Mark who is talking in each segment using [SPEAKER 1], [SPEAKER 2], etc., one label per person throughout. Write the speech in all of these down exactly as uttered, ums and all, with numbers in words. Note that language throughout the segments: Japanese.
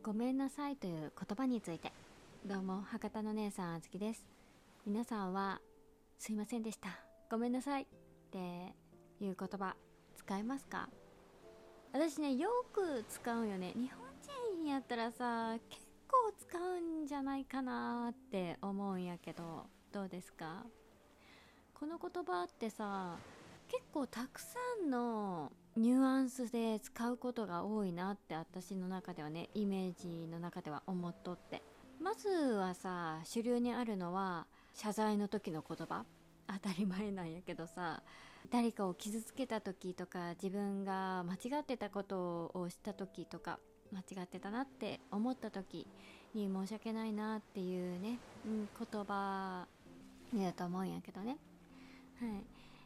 [SPEAKER 1] ごめんなさいという言葉について。どうも博多の姉さんあずきです。皆さんはすいませんでした、ごめんなさいっていう言葉使えますか？私ね、よく使うんよね。日本人やったらさ、結構使うんじゃないかなって思うんやけど、どうですか？この言葉ってさ、結構たくさんのニュアンスで使うことが多いなって私の中ではね、イメージの中では思っとって、まずはさ、主流にあるのは謝罪の時の言葉。当たり前なんやけどさ、誰かを傷つけた時とか、自分が間違ってたことをした時とか、間違ってたなって思った時に申し訳ないなっていうね、うん、言葉だと思うんやけどね。はい、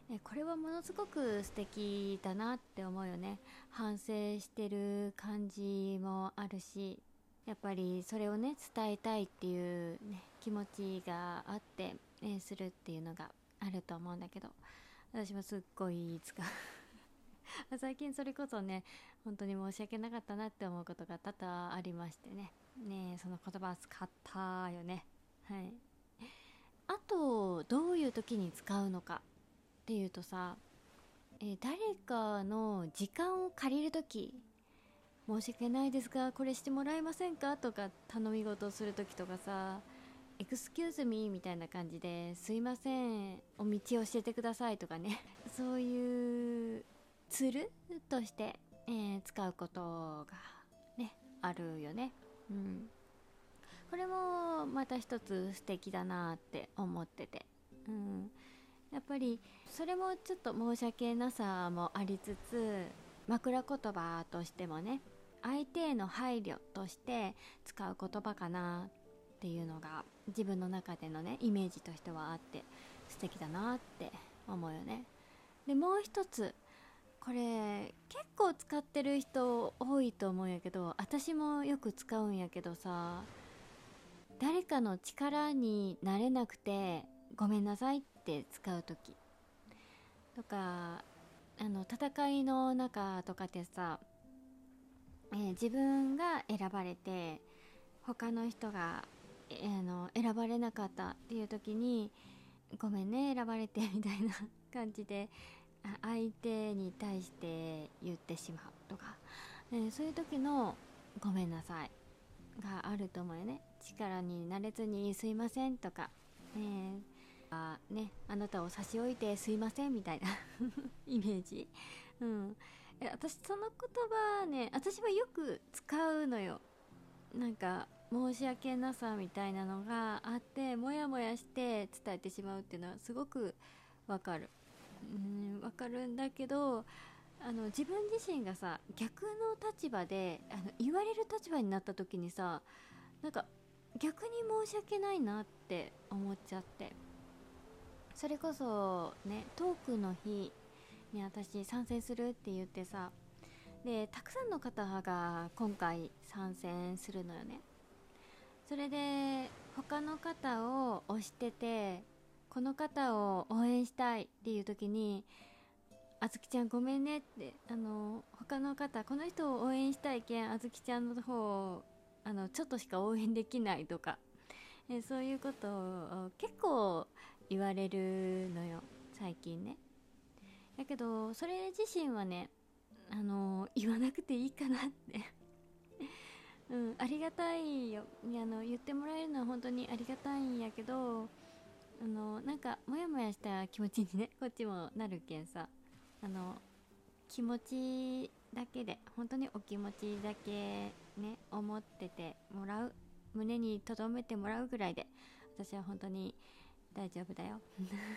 [SPEAKER 1] えこれはものすごく素敵だなって思うよね。反省してる感じもあるし、やっぱりそれをね伝えたいっていう、ね、気持ちがあって、えするっていうのがあると思うんだけど、私もすっごい使う最近それこそね、本当に申し訳なかったなって思うことが多々ありましてね。ねえ、その言葉使ったよね。はい。あとどういう時に使うのかっていうとさ、えー誰かの時間を借りるとき、申し訳ないですがこれしてもらえませんかとか頼み事をするときとかさ、エクスキューズミーみたいな感じですいませんお道教えてくださいとかね、そういうツールとして、えー使うことがねあるよね。うん、これもまた一つ素敵だなって思ってて、うん、やっぱりそれもちょっと申し訳なさもありつつ、枕言葉としてもね、相手への配慮として使う言葉かなっていうのが自分の中でのねイメージとしてはあって、素敵だなって思うよね。でもう一つ、これ結構使ってる人多いと思うんやけど、私もよく使うんやけどさ、誰かの力になれなくてごめんなさいって使う時とか、あの戦いの中とかでさ、えー自分が選ばれて他の人が、えーあの選ばれなかったっていう時に、ごめんね選ばれてみたいな感じであ相手に対して言ってしまうとか、えーそういう時のごめんなさいがあると思うよね。力になれずにすいませんとか、えーあね、あなたを差し置いてすいませんみたいなイメージ。うん、え私その言葉ね、私はよく使うのよ。なんか申し訳なさみたいなのがあって、モヤモヤして伝えてしまうっていうのはすごくわかる。うん、わかるんだけど、あの自分自身がさ逆の立場で、あの言われる立場になった時にさ、なんか逆に申し訳ないなって思っちゃって、それこそね、トークの日に私参戦するって言ってさ、でたくさんの方が今回参戦するのよね。それで他の方を推してて、この方を応援したいっていう時に、あずきちゃんごめんねって、あの他の方この人を応援したいけんあずきちゃんの方をあのちょっとしか応援できないとか、えそういうことを結構言われるのよ最近ね。だけどそれ自身はね、あの言わなくていいかなってうん、ありがたいよ。いや、あの言ってもらえるのは本当にありがたいんやけど、あのなんかモヤモヤした気持ちにねこっちもなるけんさ、あの気持ちだけで、本当にお気持ちだけね思っててもらう、胸に留めてもらうぐらいで私は本当に大丈夫だよ。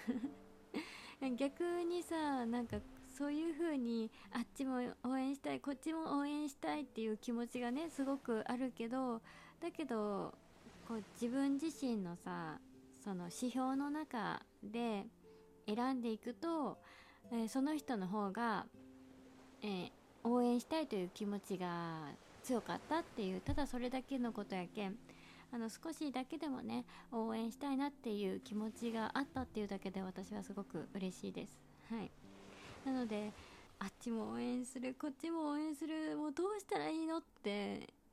[SPEAKER 1] 逆にさ、なんかそういう風にあっちも応援したいこっちも応援したいっていう気持ちがねすごくあるけど、だけどこう自分自身のさ、その指標の中で選んでいくと、えーその人の方が、えー応援したいという気持ちが強かったっていう、ただそれだけのことやけん、あの少しだけでもね応援したいなっていう気持ちがあったっていうだけで私はすごく嬉しいです。はい。なのであっちも応援するこっちも応援する、もうどうしたらいいのって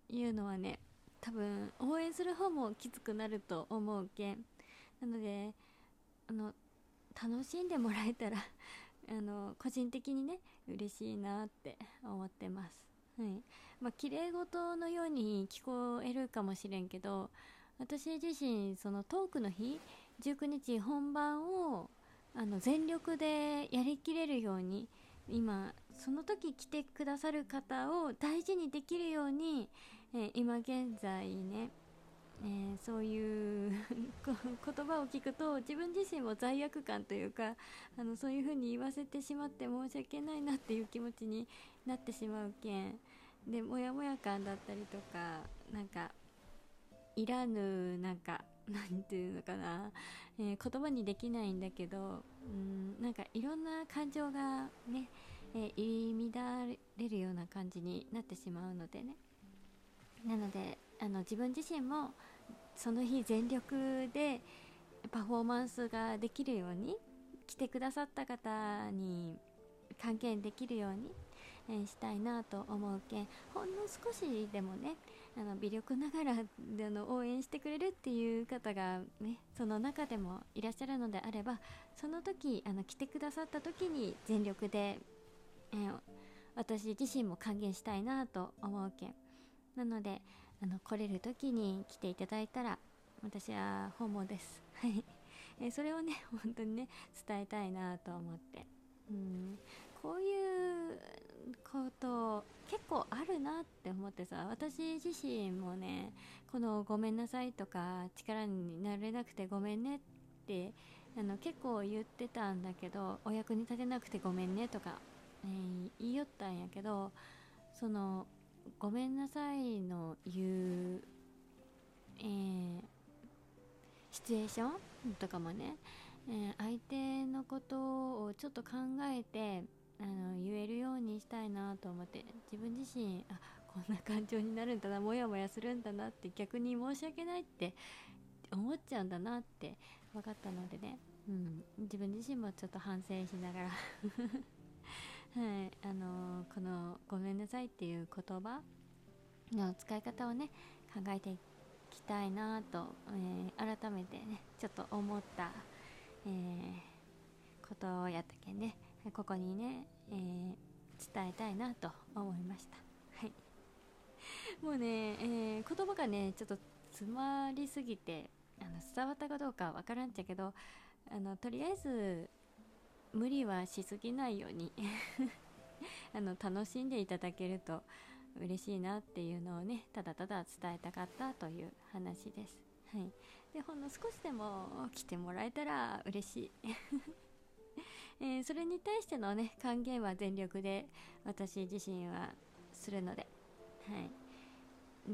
[SPEAKER 1] いうのはね、多分応援する方もきつくなると思うけん、なのであの楽しんでもらえたらあの個人的にね嬉しいなって思ってます。はい、まあ綺麗事のように聞こえるかもしれんけど、私自身そのトークの日じゅうくにち本番をあの全力でやりきれるように、今その時来てくださる方を大事にできるように、えー今現在ね、えーそういう言葉を聞くと自分自身も罪悪感というか、あのそういう風に言わせてしまって申し訳ないなっていう気持ちになってしまうけんで、モヤモヤ感だったりとか、なんかいらぬなんかなんていうのかな、えー言葉にできないんだけど、うんなんかいろんな感情がね、えー入り乱れるような感じになってしまうのでね、なのであの自分自身もその日全力でパフォーマンスができるように、来てくださった方に還元できるように、えーしたいなと思うけん、ほんの少しでもね、あの微力ながらあの応援してくれるっていう方がね、その中でもいらっしゃるのであれば、その時あの来てくださった時に全力で、えー私自身も還元したいなと思うけん、なのであの来れる時に来ていただいたら私は訪問です。はい、えーそれをね本当にね伝えたいなと思って、うんこういうこと結構あるなって思ってさ、私自身もね、このごめんなさいとか力になれなくてごめんねってあの結構言ってたんだけど、お役に立てなくてごめんねとか、えー言いよったんやけど、そのごめんなさいの言う、えーシチュエーションとかもね、えー相手のことをちょっと考えてあの言えるようにしたいなと思って、自分自身あこんな感情になるんだな、モヤモヤするんだなって、逆に申し訳ないって思っちゃうんだなって分かったのでね、うん、自分自身もちょっと反省しながらはい、あのーこの「ごめんなさい」っていう言葉の使い方をね考えていきたいなと、えー改めてねちょっと思った、えーことやったけんね、ここにね、えー伝えたいなと思いました。はい、もうね、えー言葉がねちょっと詰まりすぎてあの伝わったかどうかわからんっちゃけど、あのとりあえず無理はしすぎないようにあの楽しんでいただけると嬉しいなっていうのをね、ただただ伝えたかったという話です。はい、でほんの少しでも来てもらえたら嬉しい、えーそれに対してのね還元は全力で私自身はするので、はい、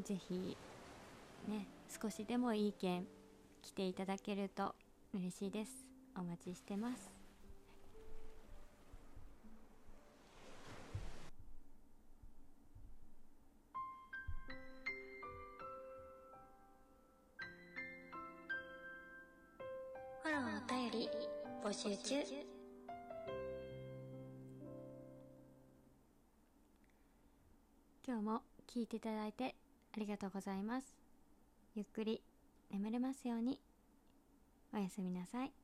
[SPEAKER 1] ぜひね少しでもいいけん来ていただけると嬉しいです。お待ちしてます。フォローお便り募集中。今日も聞いていただいてありがとうございます。ゆっくり眠れますように。おやすみなさい。